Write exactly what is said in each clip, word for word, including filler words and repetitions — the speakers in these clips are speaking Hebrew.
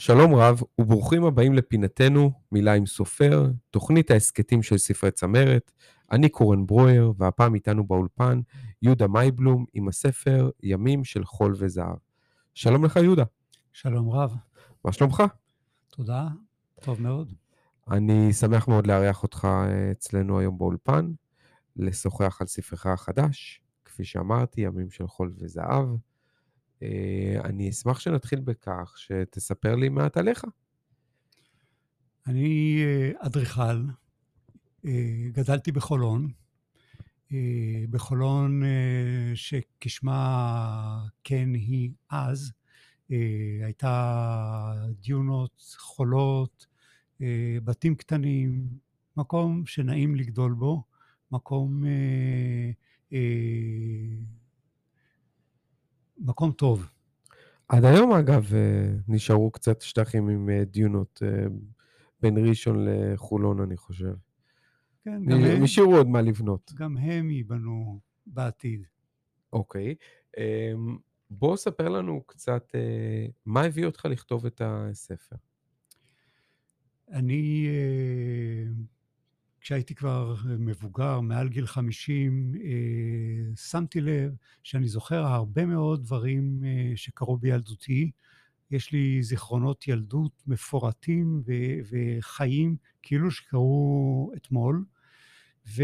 שלום רב וברוכים הבאים לפינתנו מילה עם סופר, תוכנית ההסכתים של ספרי צמרת. אני קורן ברויר והפעם איתנו באולפן יהודה מייבלום עם הספר ימים של חול וזהב. שלום לך יהודה. שלום רב. מה שלומך? תודה, טוב מאוד. אני שמח מאוד לארח אותך אצלנו היום באולפן, לשוחח על ספרך החדש, כפי שאמרתי, ימים של חול וזהב. אני אשמח שנתחיל בכך שתספר לי מעט עליך. אני אדריכל, גדלתי בחולון, בחולון שכשמה כן היא אז, הייתה דיונות, חולות, בתים קטנים, מקום שנעים לגדול בו, מקום, מקום טוב. עד היום אגב נשארו קצת שטחים עם דיונות בין ראשון לחולון אני חושב. כן, גם הם, נשארו עוד מה לבנות. גם הם ייבנו בעתיד. אוקיי, בוא ספר לנו קצת מה הביא אותך לכתוב את הספר. אני, כשהייתי כבר מבוגר, מעל גיל חמישים, שמתי לב שאני זוכר הרבה מאוד דברים שקרו בילדותי. יש לי זיכרונות ילדות מפורטים ו- וחיים כאילו שקרו אתמול, וזה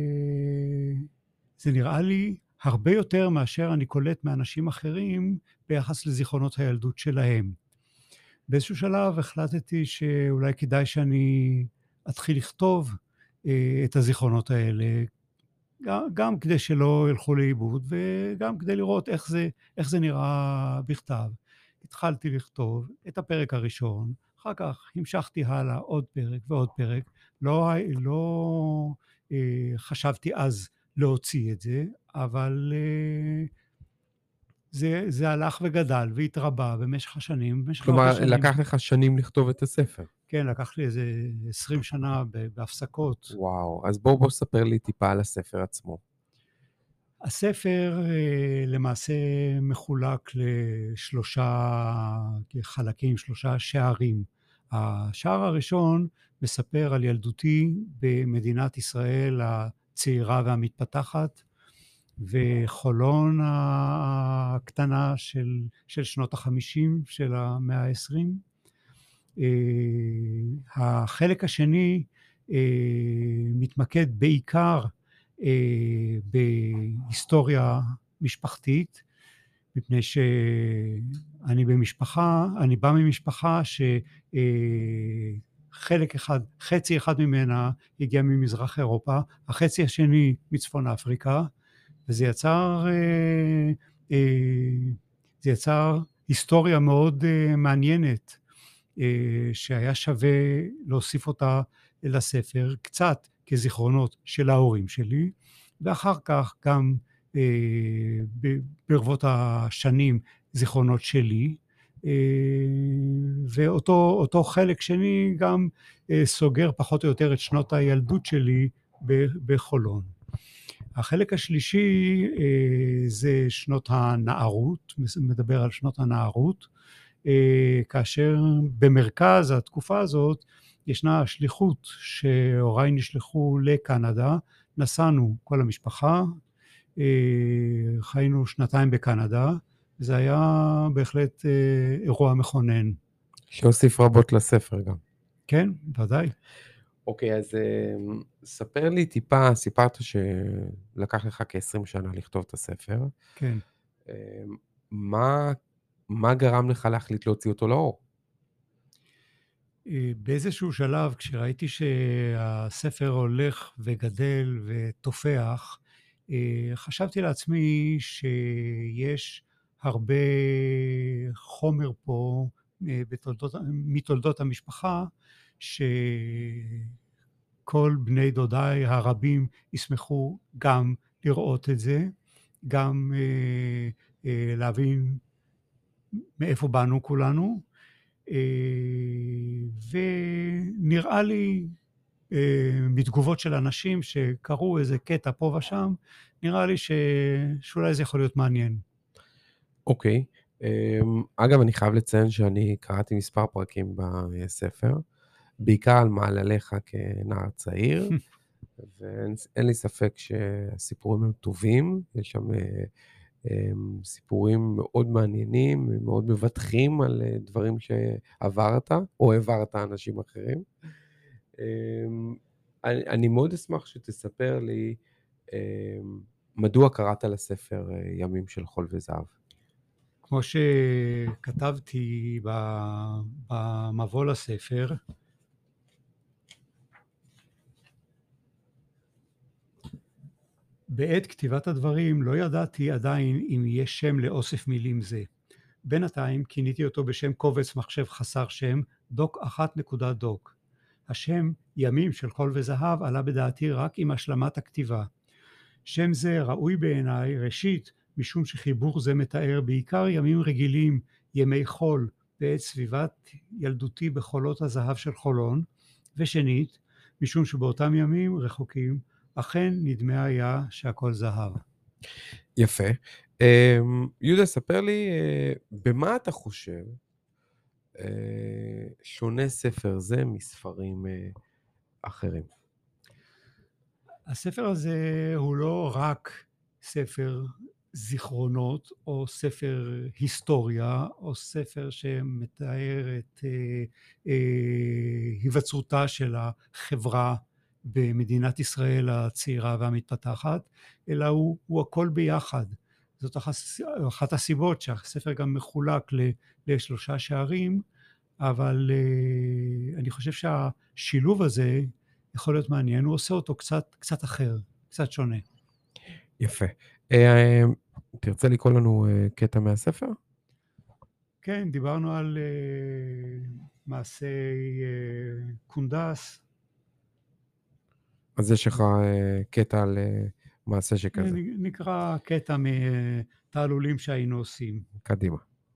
נראה לי הרבה יותר מאשר אני קולט מאנשים אחרים ביחס לזיכרונות הילדות שלהם. באיזשהו שלב החלטתי שאולי כדאי שאני אתחיל לכתוב אה, את הזיכרונות האלה, גם, גם כדי שלא ילכו לאיבוד, וגם כדי לראות איך זה, איך זה נראה בכתב. התחלתי לכתוב את הפרק הראשון, אחר כך המשכתי הלאה עוד פרק ועוד פרק. לא, לא אה, חשבתי אז להוציא את זה, אבל אה, זה, זה הלך וגדל והתרבה במשך השנים, במשך הרבה כלומר, שנים. לקח לך שנים לכתוב את הספר. כן, לקח לי איזה עשרים שנה בהפסקות. וואו, אז בוא בוא ספר לי טיפה על הספר עצמו. הספר למעשה מחולק לשלושה חלקים, שלושה שערים. השער הראשון מספר על ילדותי במדינת ישראל הצעירה והמתפתחת, וחולון הקטנה של, של שנות החמישים של המאה העשרים. החלק השני מתמקד בעיקר בהיסטוריה משפחתית, מפני שאני במשפחה, אני בא ממשפחה שחלק אחד, חצי אחד ממנה הגיע ממזרח אירופה, החצי השני מצפון אפריקה, וזה יצר, זה יצר היסטוריה מאוד מעניינת, שהיה שווה להוסיף אותה לספר, קצת כזיכרונות של ההורים שלי, ואחר כך גם אה, ברבות השנים זיכרונות שלי, אה, ואותו אותו חלק שני גם אה, סוגר פחות או יותר את שנות הילדות שלי בחולון. החלק השלישי אה, זה שנות הנערות, מדבר על שנות הנערות, אה, כאשר במרכז התקופה הזאת ישנה שליחות שהוריי נשלחו לקנדה, נסענו כל המשפחה, חיינו שנתיים בקנדה, זה היה בהחלט אירוע מכונן. שהוסיף רבות לספר גם. כן, ודאי. אוקיי, אז ספר לי טיפה, סיפרת שלקח לך כ-עשרים שנה לכתוב את הספר. כן. מה, מה גרם לך להחליט להוציא אותו לאור? באיזשהו שלב, כשראיתי שהספר הולך וגדל ותופח, חשבתי לעצמי שיש הרבה חומר פה בתולדות, מתולדות המשפחה, שכל בני דודיי הרבים ישמחו גם לראות את זה, גם להבין מאיפה באנו כולנו, ונראה לי מתגובות של אנשים שקראו איזה קטע פה ושם, נראה לי ש... שאולי זה יכול להיות מעניין. אוקיי, אגב, אני חייב לציין שאני קראתי מספר פרקים בספר, בעיקר על מעלליך כנער צעיר, ואין לי ספק שהסיפורים הם טובים, יש שם סיפורים מאוד מעניינים, מאוד מבטחים על דברים שעברת, או העברת אנשים אחרים. אני, אני מאוד אשמח שתספר לי מדוע קראת לספר ימים של חול וזהב. כמו שכתבתי במבוא לספר, בעת כתיבת הדברים לא ידעתי עדיין אם יש שם לאוסף מילים זה. בינתיים כיניתי אותו בשם קובץ מחשב חסר שם, דוק אחת נקודה דוק. השם ימים של חול וזהב עלה בדעתי רק עם השלמת הכתיבה. שם זה ראוי בעיניי ראשית משום שחיבור זה מתאר בעיקר ימים רגילים, ימי חול, בעת סביבת ילדותי בחולות הזהב של חולון, ושנית משום שבאותם ימים רחוקים אכן נדמה היה שהכל זהב. יפה. יהודה, ספר לי, במה אתה חושב שונה ספר זה מספרים אחרים? הספר הזה הוא לא רק ספר זיכרונות או ספר היסטוריה או ספר שמתאר את אה, אה, היווצרותה של החברה במדינת ישראל הצעירה והמתפתחת, אלא הוא, הוא הכל ביחד. זאת אחת הסיבות שהספר גם מחולק לשלושה שערים, אבל אה, אני חושב שהשילוב הזה יכול להיות מעניין, הוא עושה אותו קצת, קצת אחר, קצת שונה. יפה. תרצה לקרוא לנו קטע מהספר? כן, דיברנו על מעשי קונדס. אז יש לך קטע על מעשה שכזה. נקרא קטע מתעלולים שהיינו עושים. קדימה.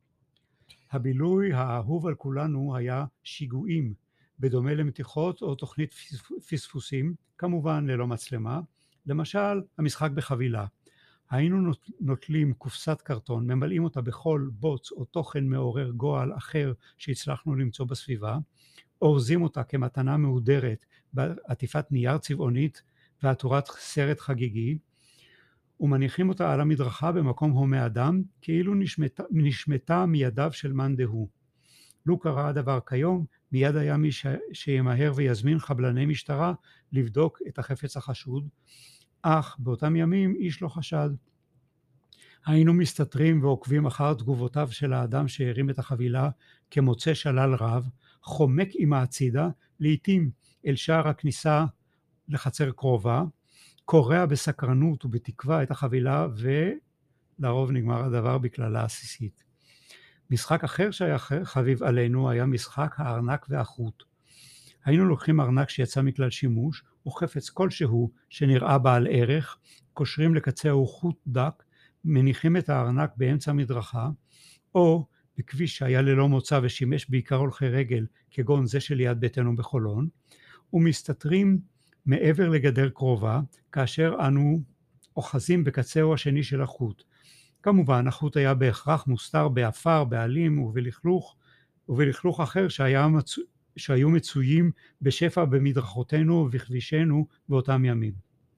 הבילוי האהוב על כולנו היה שיגועים, בדומה למתיחות או תוכנית פספוסים, כמובן ללא מצלמה, למשל המשחק בחבילה. היינו נוטלים קופסת קרטון, ממלאים אותה בכל בוץ או תוכן מעורר גועל אחר שהצלחנו למצוא בסביבה, אורזים אותה כמתנה מהודרת בעטיפת נייר צבעונית ועטורת סרט חגיגי, ומניחים אותה על המדרכה במקום הומה אדם, כאילו נשמתה, נשמתה מידיו של מאן דהוא. לו קרה הדבר כיום, מיד היה מי ש... שימהר ויזמין חבלני משטרה לבדוק את החפץ החשוד, אך באותם ימים איש לא חשד. היינו מסתתרים ועוקבים אחר תגובותיו של האדם שהרים את החבילה כמוצא שלל רב, חומק עם הצידה, לעתים אל שער הכניסה לחצר קרובה, קורע בסקרנות ובתקווה את החבילה, ולרוב נגמר הדבר בקללה עסיסית. משחק אחר שהיה חביב עלינו היה משחק הארנק והחוט. היינו לוקחים ארנק שיצא מכלל שימוש, או חפץ כלשהו שנראה בעל ערך, קושרים לקצהו חוט דק, מניחים את הארנק באמצע מדרכה, או בכביש שהיה ללא מוצא ושימש בעיקר הולכי רגל, כגון זה שליד ביתנו בחולון, ומסתתרים מעבר לגדר קרובה, כאשר אנו אוחזים בקצהו השני של החוט. כמובן, החוט היה בהכרח מוסתר באפר, בעלים ובלכלוך, ובלכלוך אחר שהיה מצו... שהיו מצויים בשפע במדרכותינו ובכבישנו באותם ימים.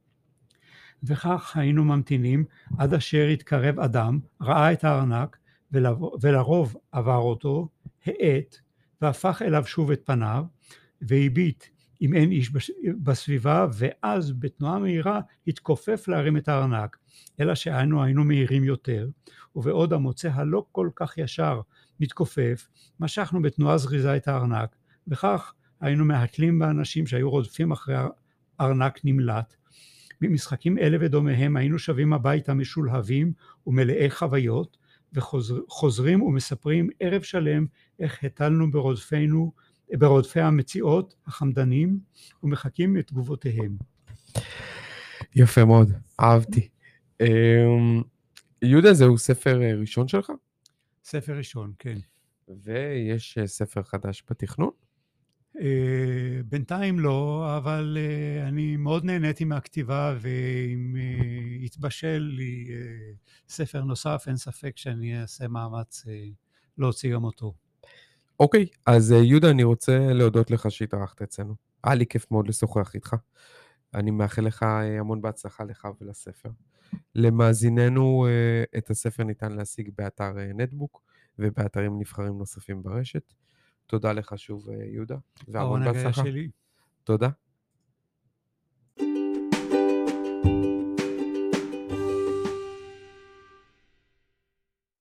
וכך היינו ממתינים עד אשר התקרב אדם, ראה את הארנק, ולרוב עבר אותו, האט, והפך אליו שוב את פניו, והביט אם אין איש בסביבה, ואז בתנועה מהירה התכופף להרים את הארנק, אלא שאנו היינו מהירים יותר, ובעוד המוצא הלא כל כך ישר מתכופף, משכנו בתנועה זריזה את הארנק, וכך היינו מהתלים באנשים שהיו רודפים אחרי ארנק נמלט. במשחקים אלה ודומיהם היינו שבים הביתה משולהבים ומלאי חוויות, וחוזרים ומספרים ערב שלם איך הטלנו ברודפינו, ברודפי המציאות החמדנים, ומחכים לתגובותיהם. יפה מאוד, אהבתי. יהודה, זהו ספר ראשון שלך? ספר ראשון, כן. ויש ספר חדש בתכנון? בינתיים לא, אבל אני מאוד נהניתי מהכתיבה ועם מתבשל לי אה, ספר נוסף, אין ספק שאני אעשה מאמץ אה, להוציא גם אותו. אוקיי, אז אה, יהודה, אני רוצה להודות לך שהתארחת אצלנו. היה לי כיף מאוד לשוחח איתך. אני מאחל לך אה, המון בהצלחה לך ולספר. למאזיננו, אה, את הספר ניתן להשיג באתר אה, נטבוק ובאתרים נבחרים נוספים ברשת. תודה לך שוב, אה, יהודה, והמון העונג היה בהצלחה. שלי. תודה.